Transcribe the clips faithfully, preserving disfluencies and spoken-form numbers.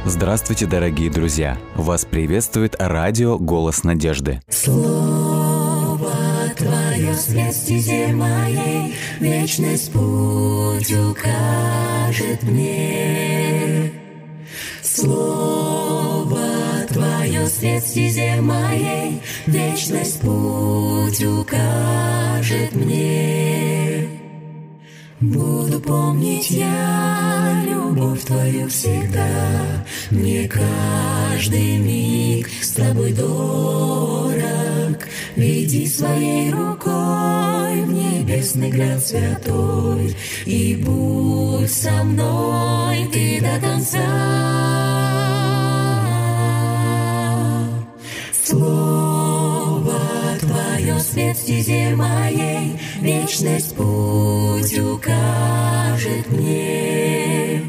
Здравствуйте, дорогие друзья! Вас приветствует радио «Голос надежды». Слово Твое, свет стезе моей, вечность путь укажет мне. Слово Твое, свет стезе моей, вечность путь укажет мне. Буду помнить я любовь Твою всегда, мне каждый миг с Тобой дорог. Веди своей рукой в небесный град святой, и будь со мной Ты до конца. Слово Твое, свет стезе моей, вечность путь укажет мне.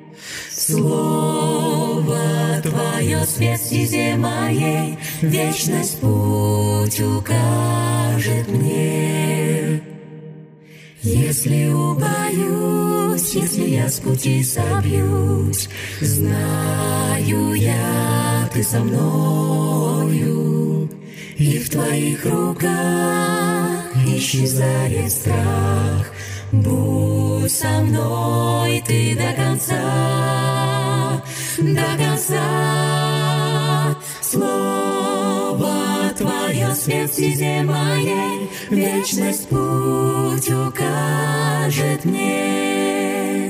Слово Твое, свет стезе моей, вечность путь укажет мне. Если убоюсь, если я с пути собьюсь, знаю я, Ты со мною, и в Твоих руках исчезает страх. Будь со мной Ты до конца, до конца. Слово Твое, свет стезе моей, вечность путь укажет мне.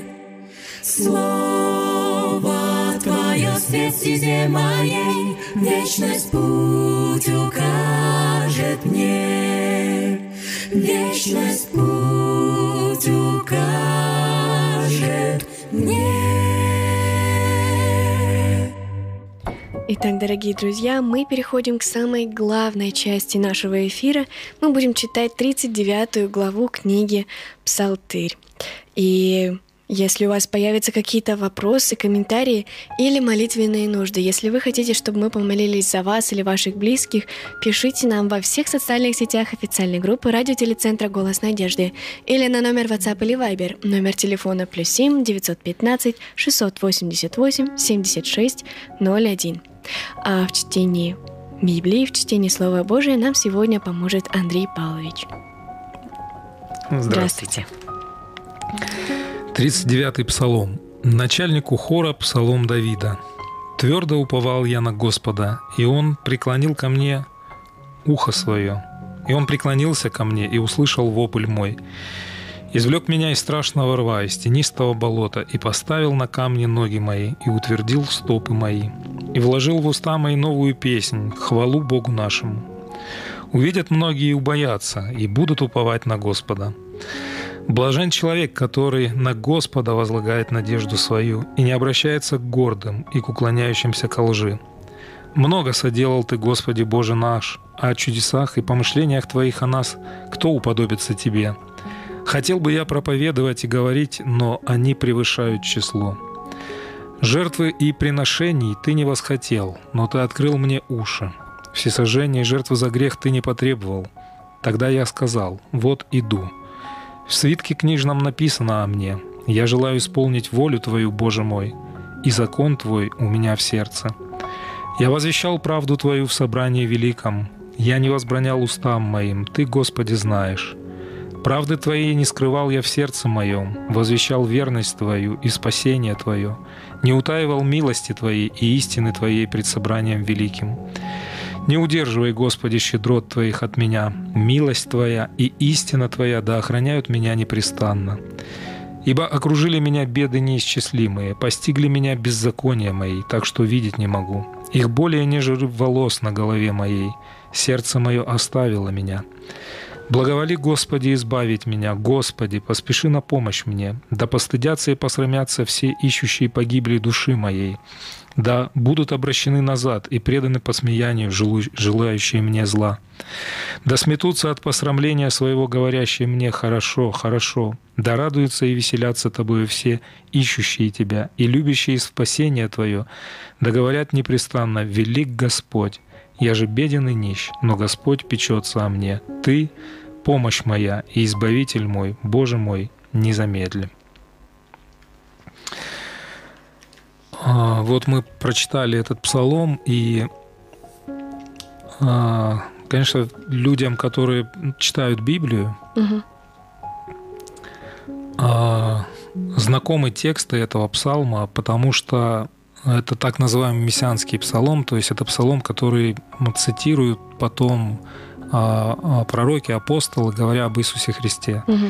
Слово Твое, свет стезе моей, вечность путь укажет мне. Вечность путь укажет мне. Итак, дорогие друзья, мы переходим к самой главной части нашего эфира. Мы будем читать тридцать девятую главу книги «Псалтырь». И если у вас появятся какие-то вопросы, комментарии или молитвенные нужды, если вы хотите, чтобы мы помолились за вас или ваших близких, пишите нам во всех социальных сетях официальной группы радиотелецентра «Голос надежды» или на номер WhatsApp или Viber, номер телефона плюс семь девятьсот пятнадцать шестьсот восемьдесят восемь семьдесят шесть ноль один. А в чтении Библии, в чтении Слова Божия нам сегодня поможет Андрей Павлович. Здравствуйте. тридцать девятый псалом. Начальнику хора псалом Давида. «Твердо уповал я на Господа, и Он преклонил ко мне ухо свое, и Он преклонился ко мне и услышал вопль мой. Извлек меня из страшного рва, из тенистого болота, и поставил на камни ноги мои, и утвердил стопы мои, и вложил в уста мои новую песнь, хвалу Богу нашему. Увидят многие и убоятся, и будут уповать на Господа. Блажен человек, который на Господа возлагает надежду свою и не обращается к гордым и к уклоняющимся ко лжи. Много соделал Ты, Господи Боже наш, а о чудесах и помышлениях Твоих о нас кто уподобится Тебе? Хотел бы я проповедовать и говорить, но они превышают число. Жертвы и приношений Ты не восхотел, но Ты открыл мне уши. Всесожжения и жертвы за грех Ты не потребовал. Тогда я сказал: вот иду. В свитке книжном написано о мне: я желаю исполнить волю Твою, Боже мой, и закон Твой у меня в сердце. Я возвещал правду Твою в собрании великом, я не возбранял устам моим, Ты, Господи, знаешь. Правды Твоей не скрывал я в сердце моем, возвещал верность Твою и спасение Твое, не утаивал милости Твоей и истины Твоей пред собранием великим. Не удерживай, Господи, щедрот Твоих от меня, милость Твоя и истина Твоя да охраняют меня непрестанно. Ибо окружили меня беды неисчислимые, постигли меня беззакония мои, так что видеть не могу. Их более нежели волос на голове моей, сердце мое оставило меня. Благоволи, Господи, избавить меня, Господи, поспеши на помощь мне, да постыдятся и посрамятся все ищущие погибли души моей, да будут обращены назад и преданы посмеянию желающие мне зла. Да сметутся от посрамления своего говорящие мне: хорошо, хорошо, да радуются и веселятся Тобою все ищущие Тебя и любящие спасение Твое, да говорят непрестанно: велик Господь. Я же беден и нищ, но Господь печется о мне. Ты — помощь моя и избавитель мой, Боже мой, не замедли». вот мы прочитали этот псалом, и, конечно, людям, которые читают Библию, угу. знакомы тексты этого псалма, потому что это так называемый мессианский псалом, то есть это псалом, который цитируют потом пророки, апостолы, говоря об Иисусе Христе. Угу.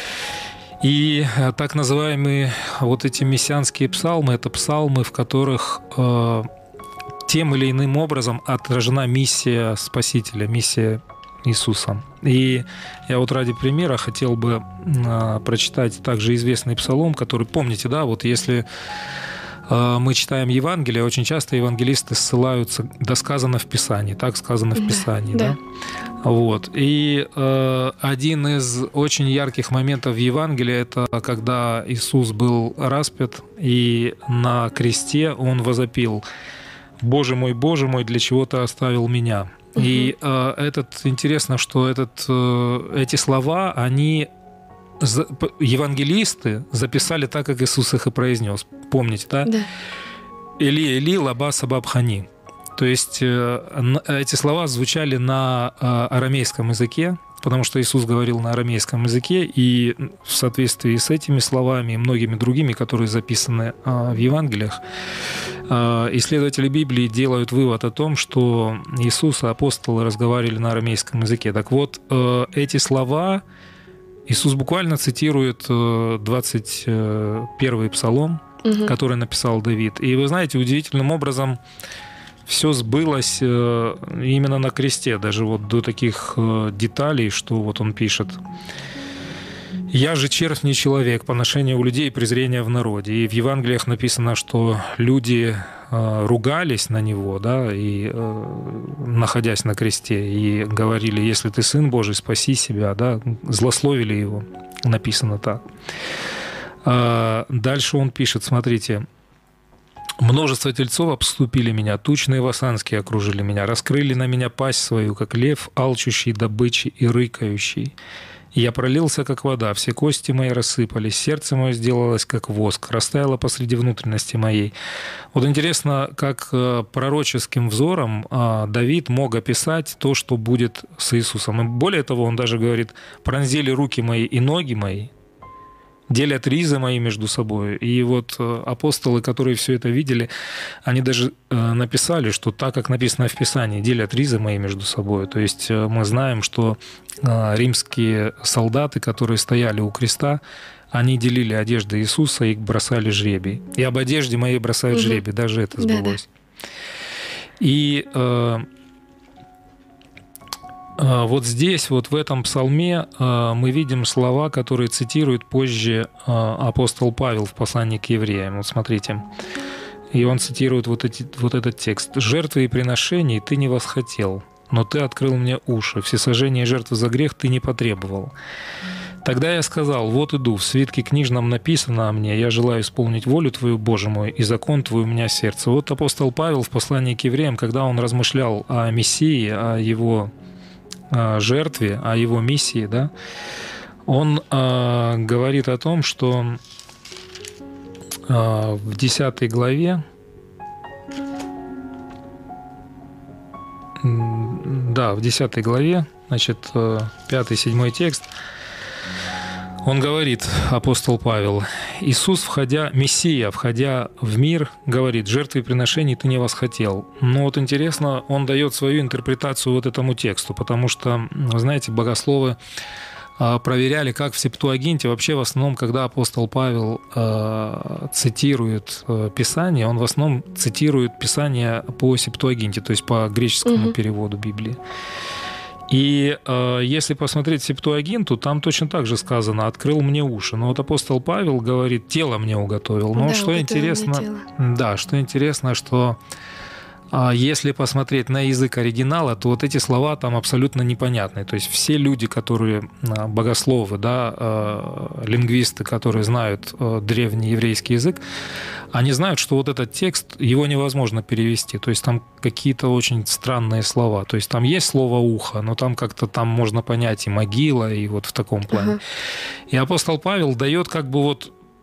И так называемые вот эти мессианские псалмы – это псалмы, в которых э, тем или иным образом отражена миссия Спасителя, миссия Иисуса. И я вот ради примера хотел бы э, прочитать также известный псалом, который, помните, да, вот если э, мы читаем Евангелие, очень часто евангелисты ссылаются, да, сказано в Писании, так сказано в Писании, да. да? Вот. И э, один из очень ярких моментов в Евангелии – это когда Иисус был распят, и на кресте Он возопил: «Боже мой, Боже мой, для чего Ты оставил меня?» Угу. И э, этот, интересно, что этот, э, эти слова, они за, евангелисты записали так, как Иисус их и произнес. Помните, да? Да. «Эли, Эли, лама сабахтани». То есть эти слова звучали на арамейском языке, потому что Иисус говорил на арамейском языке, и в соответствии с этими словами и многими другими, которые записаны в Евангелиях, исследователи Библии делают вывод о том, что Иисус и апостолы разговаривали на арамейском языке. Так вот, эти слова Иисус буквально цитирует двадцать первый псалом, угу. который написал Давид. И вы знаете, удивительным образом все сбылось именно на кресте, даже вот до таких деталей, что вот он пишет: «Я же червь не человек, поношение у людей и презрение в народе». И в Евангелиях написано, что люди ругались на него, да, и находясь на кресте, и говорили: «Если ты Сын Божий, спаси себя», да, злословили его, написано так. Дальше он пишет, смотрите: «Множество тельцов обступили меня, тучные васанские окружили меня, раскрыли на меня пасть свою, как лев, алчущий добычи и рыкающий. Я пролился, как вода, все кости мои рассыпались, сердце мое сделалось, как воск, растаяло посреди внутренности моей». Вот интересно, как пророческим взором Давид мог описать то, что будет с Иисусом. И более того, он даже говорит: «Пронзили руки мои и ноги мои, делят ризы мои между собой». И вот апостолы, которые все это видели, они даже написали, что так, как написано в Писании, делят ризы мои между собой. То есть мы знаем, что римские солдаты, которые стояли у креста, они делили одежды Иисуса и бросали жребий. И об одежде моей бросают угу. жребий, даже это сбылось. Да-да. И вот здесь, вот в этом псалме мы видим слова, которые цитирует позже апостол Павел в послании к евреям. Вот смотрите. И он цитирует вот, эти, вот этот текст. «Жертвы и приношений ты не восхотел, но ты открыл мне уши. Всесожжение и жертвы за грех ты не потребовал. Тогда я сказал: вот иду, в свитке книжном написано о мне, я желаю исполнить волю Твою, Боже мой, и закон Твой у меня в сердце». Вот апостол Павел в послании к евреям, когда он размышлял о Мессии, о его жертве, о его миссии, да, он э, говорит о том, что э, в десятой главе, да, в десятой главе, значит, пятый-седьмой текст, он говорит, апостол Павел: «Иисус, входя, Мессия, входя в мир, говорит: жертвы и приношений ты не восхотел». Но вот интересно, он дает свою интерпретацию вот этому тексту, потому что, вы знаете, богословы проверяли, как в Септуагинте. Вообще, в основном, когда апостол Павел э, цитирует э, Писание, он в основном цитирует Писание по Септуагинте, то есть по греческому угу. переводу Библии. И э, если посмотреть Септуагинту, там точно так же сказано: «Открыл мне уши». Но вот апостол Павел говорит: «Тело мне уготовил». Но да, что интересно, да, что интересно, что э, если посмотреть на язык оригинала, то вот эти слова там абсолютно непонятны. То есть все люди, которые э, богословы, да, э, лингвисты, которые знают э, древний еврейский язык, они знают, что вот этот текст, его невозможно перевести. То есть там какие-то очень странные слова. То есть там есть слово «ухо», но там как-то там можно понять и могила, и вот в таком плане. Uh-huh. И апостол Павел дает как бы вот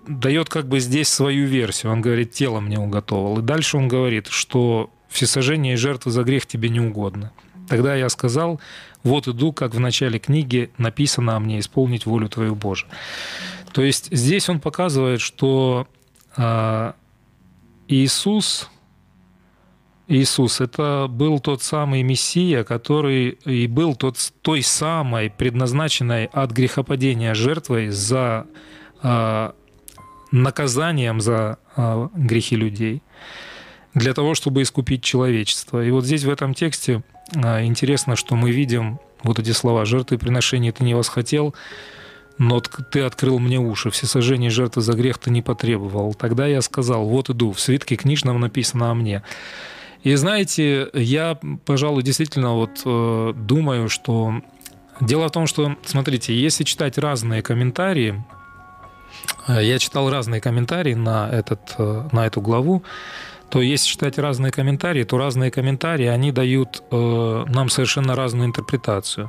дает как бы здесь свою версию. Он говорит, тело мне уготовал. И дальше он говорит, что всесожжение и жертвы за грех тебе не угодно. Тогда я сказал, вот иду, как в начале книги написано о мне, исполнить волю твою, Боже. То есть здесь он показывает, что э, Иисус, Иисус – это был тот самый Мессия, который и был тот, той самой предназначенной от грехопадения жертвой за э, наказанием за э, грехи людей, для того, чтобы искупить человечество. И вот здесь в этом тексте э, интересно, что мы видим вот эти слова «жертвы и приношения ты не восхотел, но ты открыл мне уши, всесожжение и жертвы за грех ты не потребовал. Тогда я сказал, вот иду, в свитке книжном написано о мне». И знаете, я, пожалуй, действительно вот э, думаю, что... Дело в том, что, смотрите, если читать разные комментарии, э, я читал разные комментарии на, этот, э, на эту главу, то если читать разные комментарии, то разные комментарии, они дают э, нам совершенно разную интерпретацию.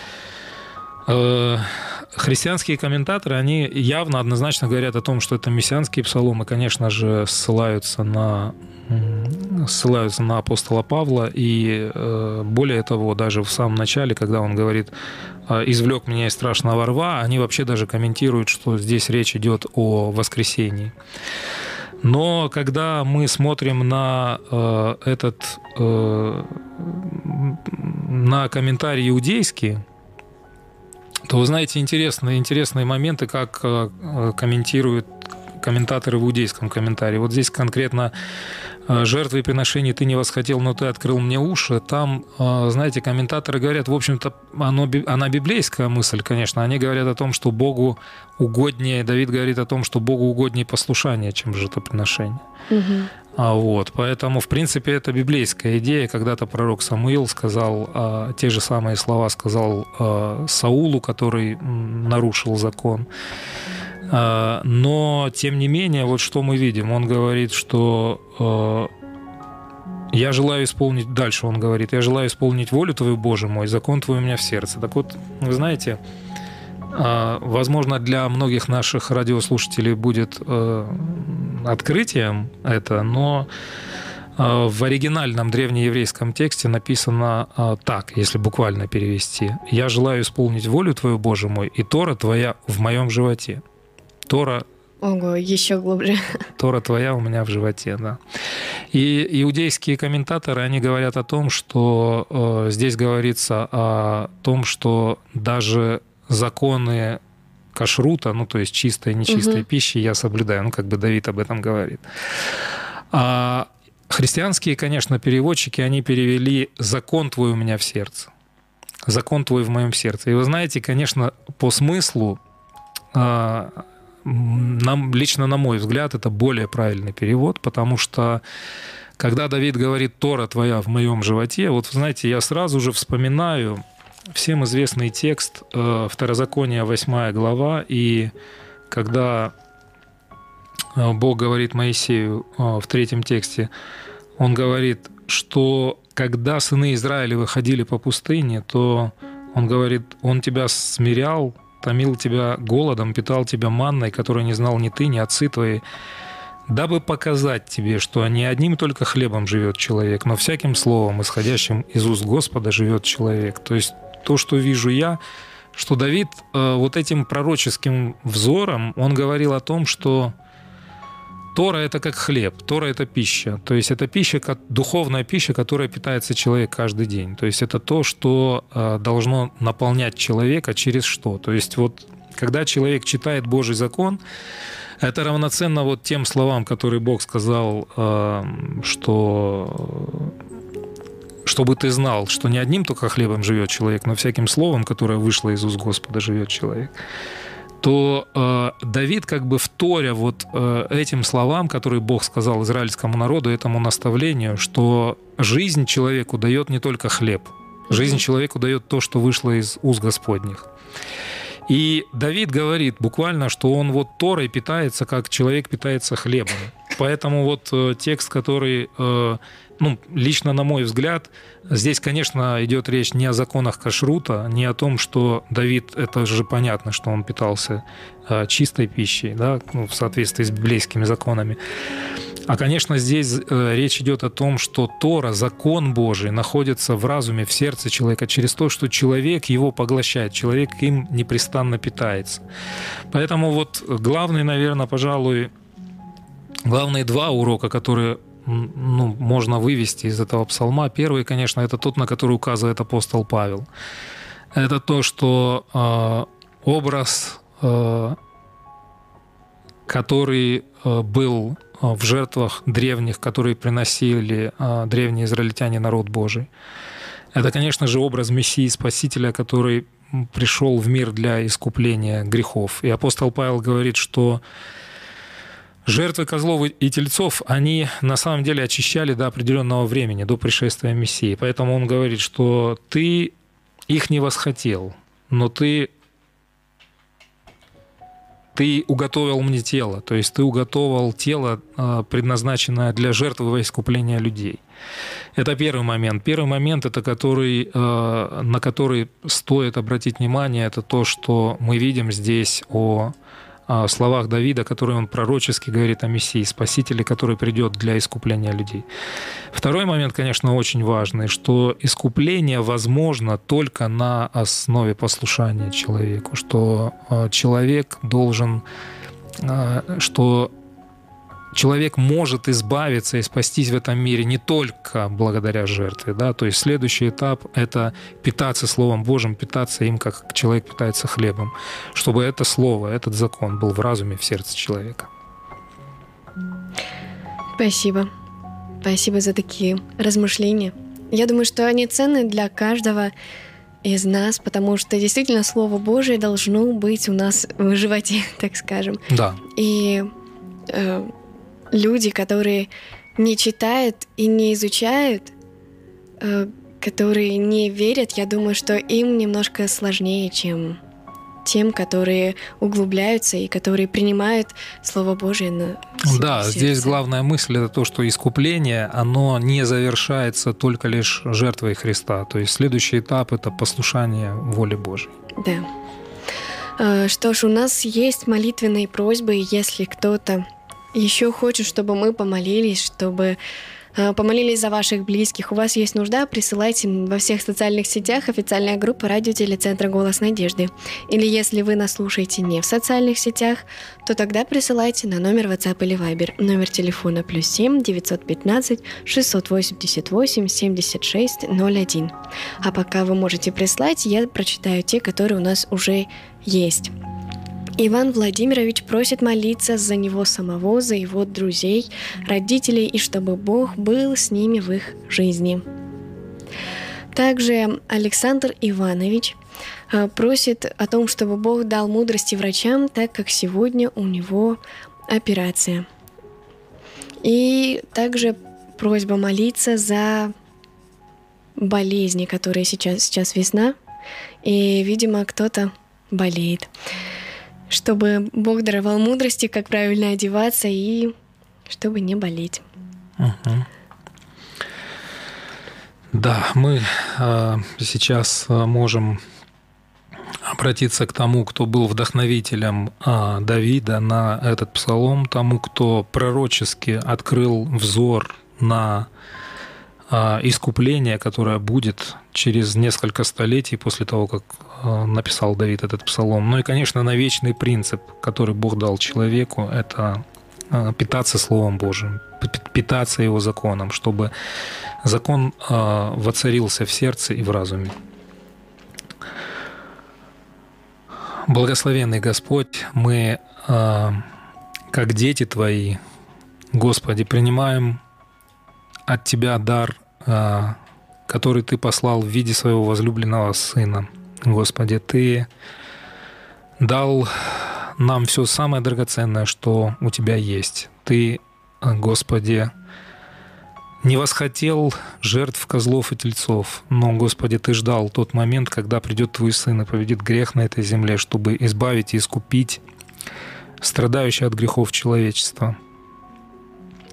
Э, христианские комментаторы, они явно, однозначно говорят о том, что это мессианские псаломы, конечно же, ссылаются на... ссылаются на апостола Павла, и более того, даже в самом начале, когда он говорит «извлек меня из страшного рва», они вообще даже комментируют, что здесь речь идет о воскресении. Но когда мы смотрим на этот, на комментарий иудейский, то вы знаете интересные, интересные моменты, как комментируют комментаторы в иудейском комментарии. Вот здесь конкретно «жертвы и приношения ты не восхотел, но ты открыл мне уши». Там, знаете, комментаторы говорят, в общем-то, оно, она библейская мысль, конечно. Они говорят о том, что Богу угоднее, Давид говорит о том, что Богу угоднее послушание, чем жертвоприношение. Угу. А вот, поэтому, в принципе, это библейская идея. Когда-то пророк Самуил сказал, а, те же самые слова сказал а, Саулу, который м, нарушил закон. Но, тем не менее, вот что мы видим. Он говорит, что э, я желаю исполнить... Дальше он говорит, я желаю исполнить волю твою, Боже мой, закон твой у меня в сердце. Так вот, вы знаете, э, возможно, для многих наших радиослушателей будет э, открытием это, но э, в оригинальном древнееврейском тексте написано э, так, если буквально перевести. «Я желаю исполнить волю твою, Боже мой, и Тора твоя в моем животе». Тора... Ого, еще глубже. Тора твоя у меня в животе, да. И иудейские комментаторы, они говорят о том, что э, здесь говорится о том, что даже законы кашрута, ну, то есть чистой и нечистой угу. пищи я соблюдаю. Ну, как бы Давид об этом говорит. А христианские, конечно, переводчики, они перевели «закон твой у меня в сердце». «Закон твой в моем сердце». И вы знаете, конечно, по смыслу... Э, Нам, лично на мой взгляд, это более правильный перевод, потому что когда Давид говорит «Тора твоя в моем животе», вот, знаете, я сразу же вспоминаю всем известный текст Второзакония, восьмая глава, и когда Бог говорит Моисею в третьем тексте, он говорит, что когда сыны Израиля выходили по пустыне, то он говорит, он тебя смирял, томил тебя голодом, питал тебя манной, которую не знал ни ты, ни отцы твои, дабы показать тебе, что не одним только хлебом живет человек, но всяким словом, исходящим из уст Господа, живет человек. То есть то, что вижу я, что Давид э, вот этим пророческим взором, он говорил о том, что Тора – это как хлеб, Тора – это пища. То есть это пища, духовная пища, которая питается человек каждый день. То есть это то, что должно наполнять человека через что. То есть вот когда человек читает Божий закон, это равноценно вот тем словам, которые Бог сказал, что чтобы ты знал, что не одним только хлебом живет человек, но всяким словом, которое вышло из уст Господа, живет человек. То э, Давид, как бы вторя вот э, этим словам, которые Бог сказал израильскому народу, этому наставлению, что жизнь человеку дает не только хлеб, жизнь человеку дает то, что вышло из уст Господних. И Давид говорит буквально, что он вот Торой питается, как человек питается хлебом. Поэтому вот текст, который, ну, лично на мой взгляд, здесь, конечно, идет речь не о законах кашрута, не о том, что Давид, это же понятно, что он питался чистой пищей, да, ну, в соответствии с библейскими законами. А, конечно, здесь э, речь идет о том, что Тора, закон Божий, находится в разуме, в сердце человека через то, что человек его поглощает, человек им непрестанно питается. Поэтому вот главный, наверное, пожалуй, главные два урока, которые, ну, можно вывести из этого псалма. Первый, конечно, это тот, на который указывает апостол Павел. Это то, что э, образ, э, который э, был в жертвах древних, которые приносили древние израильтяне, народ Божий. Это, конечно же, образ Мессии Спасителя, который пришел в мир для искупления грехов. И апостол Павел говорит, что жертвы козлов и тельцов, они на самом деле очищали до определенного времени, до пришествия Мессии. Поэтому он говорит, что ты их не восхотел, но ты Ты уготовил мне тело, то есть ты уготовил тело, предназначенное для жертвы во искупления людей. Это первый момент. Первый момент, это который, на который стоит обратить внимание, это то, что мы видим здесь о словах Давида, которые он пророчески говорит о Мессии, Спасителе, который придет для искупления людей. Второй момент, конечно, очень важный, что искупление возможно только на основе послушания человеку, что человек должен, что человек может избавиться и спастись в этом мире не только благодаря жертве. Да? То есть следующий этап — это питаться Словом Божьим, питаться им, как человек питается хлебом, чтобы это Слово, этот закон был в разуме, в сердце человека. Спасибо. Спасибо за такие размышления. Я думаю, что они ценны для каждого из нас, потому что действительно Слово Божие должно быть у нас в животе, так скажем. Да. И э, люди, которые не читают и не изучают, э, которые не верят, я думаю, что им немножко сложнее, чем тем, которые углубляются и которые принимают Слово Божие на сердце. Да, здесь главная мысль — это то, что искупление, оно не завершается только лишь жертвой Христа. То есть следующий этап — это послушание воле Божьей. Да. Что ж, у нас есть молитвенные просьбы, если кто-то еще хочет, чтобы мы помолились, чтобы помолились за ваших близких, у вас есть нужда, присылайте во всех социальных сетях официальная группа радиотелецентра «Голос надежды». Или если вы нас слушаете не в социальных сетях, то тогда присылайте на номер WhatsApp или Viber. Номер телефона плюс семь девятьсот пятнадцать шестьсот восемьдесят восемь семьдесят шесть ноль один. А пока вы можете прислать, я прочитаю те, которые у нас уже есть. Иван Владимирович просит молиться за него самого, за его друзей, родителей, и чтобы Бог был с ними в их жизни. Также Александр Иванович просит о том, чтобы Бог дал мудрости врачам, так как сегодня у него операция. И также просьба молиться за болезни, которые сейчас, сейчас весна, и, видимо, кто-то болеет. Чтобы Бог даровал мудрости, как правильно одеваться и чтобы не болеть. Угу. Да, мы э, сейчас можем обратиться к тому, кто был вдохновителем э, Давида на этот псалом, тому, кто пророчески открыл взор на э, искупление, которое будет через несколько столетий после того, как написал Давид этот псалом. Ну и, конечно, на вечный принцип, который Бог дал человеку, это питаться Словом Божьим, питаться Его законом, чтобы закон воцарился в сердце и в разуме. Благословенный Господь, мы, как дети Твои, Господи, принимаем от Тебя дар, который Ты послал в виде Своего возлюбленного Сына. Господи, Ты дал нам все самое драгоценное, что у Тебя есть. Ты, Господи, не восхотел жертв козлов и тельцов, но, Господи, Ты ждал тот момент, когда придет Твой Сын и победит грех на этой земле, чтобы избавить и искупить страдающее от грехов человечество.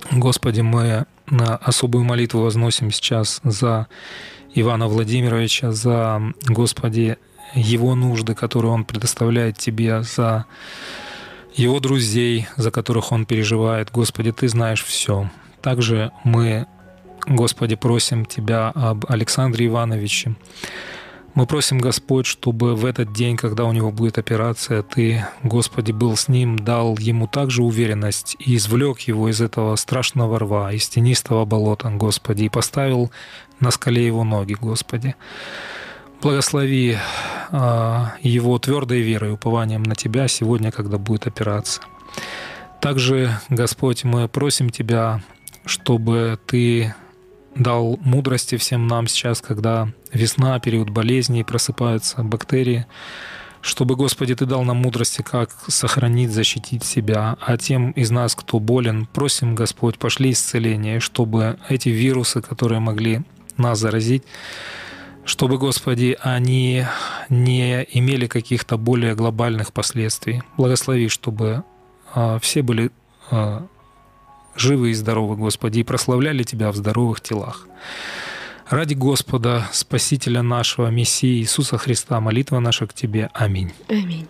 Господи, мы на особую молитву возносим сейчас за Ивана Владимировича, за, Господи, его нужды, которые он предоставляет Тебе, за его друзей, за которых он переживает. Господи, Ты знаешь все. Также мы, Господи, просим Тебя об Александре Ивановиче. Мы просим, Господь, чтобы в этот день, когда у него будет операция, Ты, Господи, был с ним, дал ему также уверенность и извлек его из этого страшного рва, из тенистого болота, Господи, и поставил на скале его ноги, Господи. Благослови э, его твердой верой и упованием на Тебя сегодня, когда будет операция. Также, Господь, мы просим Тебя, чтобы Ты дал мудрости всем нам сейчас, когда весна, период болезней, просыпаются бактерии, чтобы, Господи, Ты дал нам мудрости, как сохранить, защитить себя. А тем из нас, кто болен, просим, Господь, пошли исцеление, чтобы эти вирусы, которые могли нас заразить, чтобы, Господи, они не имели каких-то более глобальных последствий. Благослови, чтобы э, все были э, живы и здоровы, Господи, и прославляли Тебя в здоровых телах. Ради Господа, Спасителя нашего, Мессии Иисуса Христа, молитва наша к Тебе. Аминь. Аминь.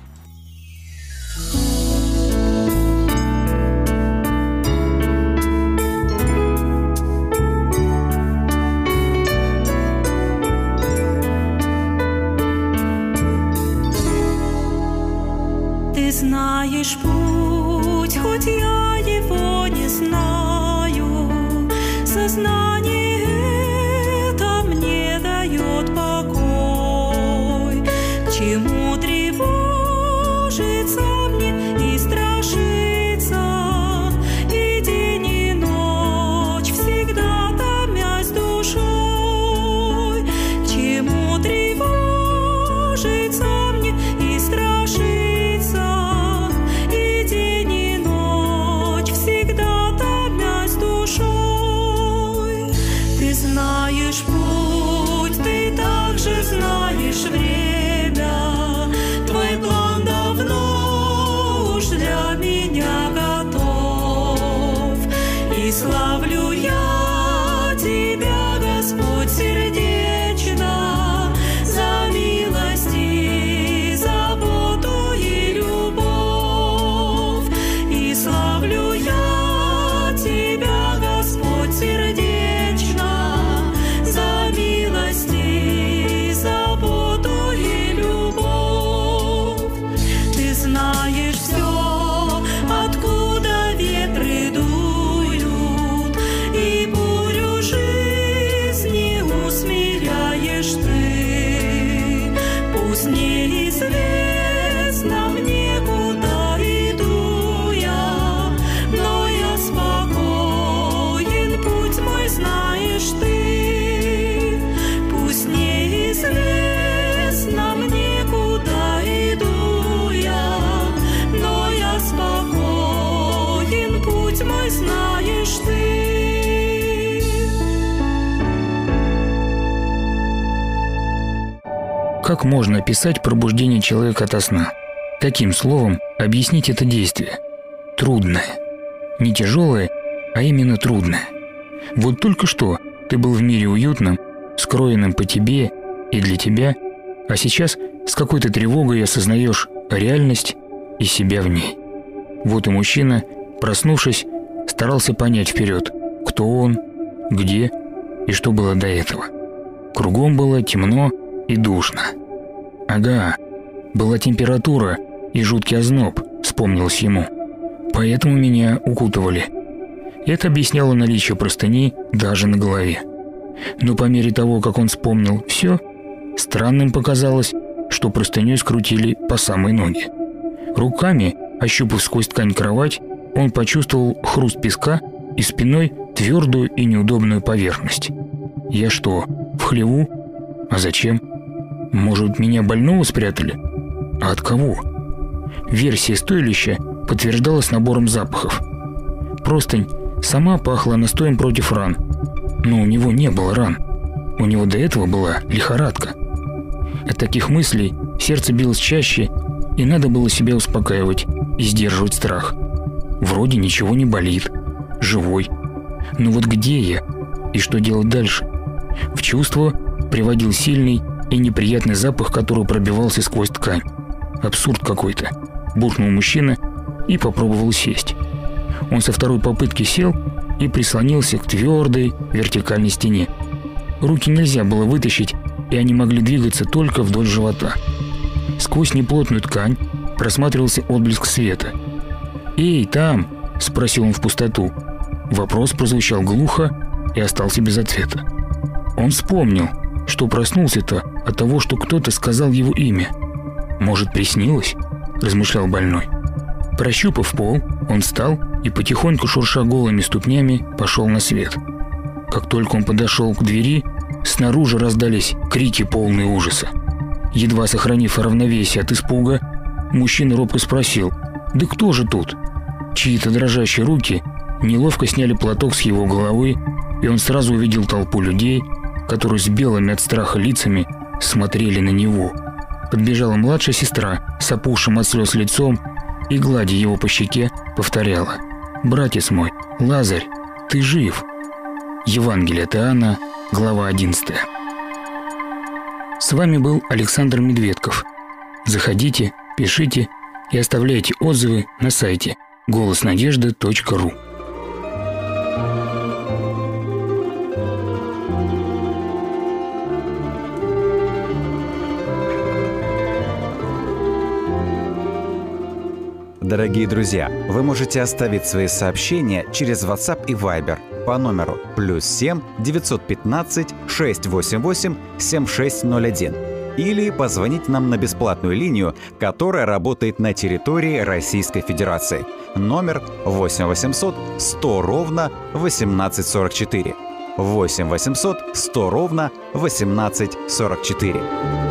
Ты знаешь путь, хоть я его не знаю, сознание это мне дает покой. К чему тревожиться мне и страшиться, и день и ночь всегда томясь душой. К чему тревожиться мне и страшиться, путь, ты также знаешь время, твой план давно уж для меня готов. И славлю я Тебя, Господь, сердечно за милость, заботу и любовь. И славлю я Тебя, Господь, сердечно за милость, заботу и любовь. Ты знаешь все, откуда ветры дуют, и бурю жизни усмиряешь Ты. Пусть неизвестно мне, куда иду я, но я спокоен, путь мой знаешь Ты. Неизвестно мне, куда иду я, но я спокоен, путь мой знаешь Ты. Как можно описать пробуждение человека ото сна? Каким словом объяснить это действие? Трудное. Не тяжелое, а именно трудное. Вот только что ты был в мире уютном, скроенным по тебе и для тебя, а сейчас с какой-то тревогой осознаешь реальность и себя в ней. Вот и мужчина, проснувшись, старался понять вперед, кто он, где и что было до этого. Кругом было темно и душно. Ага, была температура и жуткий озноб, вспомнилось ему. Поэтому меня укутывали. Это объясняло наличие простыней даже на голове. Но по мере того, как он вспомнил все, странным показалось, что простыней скрутили по самой ноге. Руками, ощупав сквозь ткань кровать, он почувствовал хруст песка и спиной твердую и неудобную поверхность. Я что, в хлеву? А зачем? Может, меня больного спрятали? А от кого? Версия стойлища подтверждалась набором запахов. Простынь сама пахла настоем против ран, но у него не было ран. У него до этого была лихорадка. От таких мыслей сердце билось чаще, и надо было себя успокаивать и сдерживать страх. Вроде ничего не болит, живой. Но вот где я? И что делать дальше? В чувство приводил сильный и неприятный запах, который пробивался сквозь ткань. Абсурд какой-то. Буркнул мужчина и попробовал сесть. Он со второй попытки сел и прислонился к твердой вертикальной стене. Руки нельзя было вытащить, и они могли двигаться только вдоль живота. Сквозь неплотную ткань просматривался отблеск света. «Эй, там!» – спросил он в пустоту. Вопрос прозвучал глухо и остался без ответа. Он вспомнил, что проснулся-то от того, что кто-то сказал его имя. «Может, приснилось?» – размышлял больной. Прощупав пол, он встал и, потихоньку шурша голыми ступнями, пошел на свет. Как только он подошел к двери, снаружи раздались крики, полные ужаса. Едва сохранив равновесие от испуга, мужчина робко спросил: «Да кто же тут?» Чьи-то дрожащие руки неловко сняли платок с его головы, и он сразу увидел толпу людей, которые с белыми от страха лицами смотрели на него. Подбежала младшая сестра с опухшим от слез лицом и, гладя его по щеке, повторяла: «Братец мой, Лазарь, ты жив!» Евангелие от Иоанна, глава одиннадцатая. С вами был Александр Медведков. Заходите, пишите и оставляйте отзывы на сайте голос надежды точка ру. Дорогие друзья, вы можете оставить свои сообщения через WhatsApp и Viber по номеру плюс семь девятьсот пятнадцать шестьсот восемьдесят восемь семьдесят шесть ноль один или позвонить нам на бесплатную линию, которая работает на территории Российской Федерации. Номер восемь восемьсот сто ровно восемнадцать сорок четыре. восемь восемьсот сто ровно восемнадцать сорок четыре.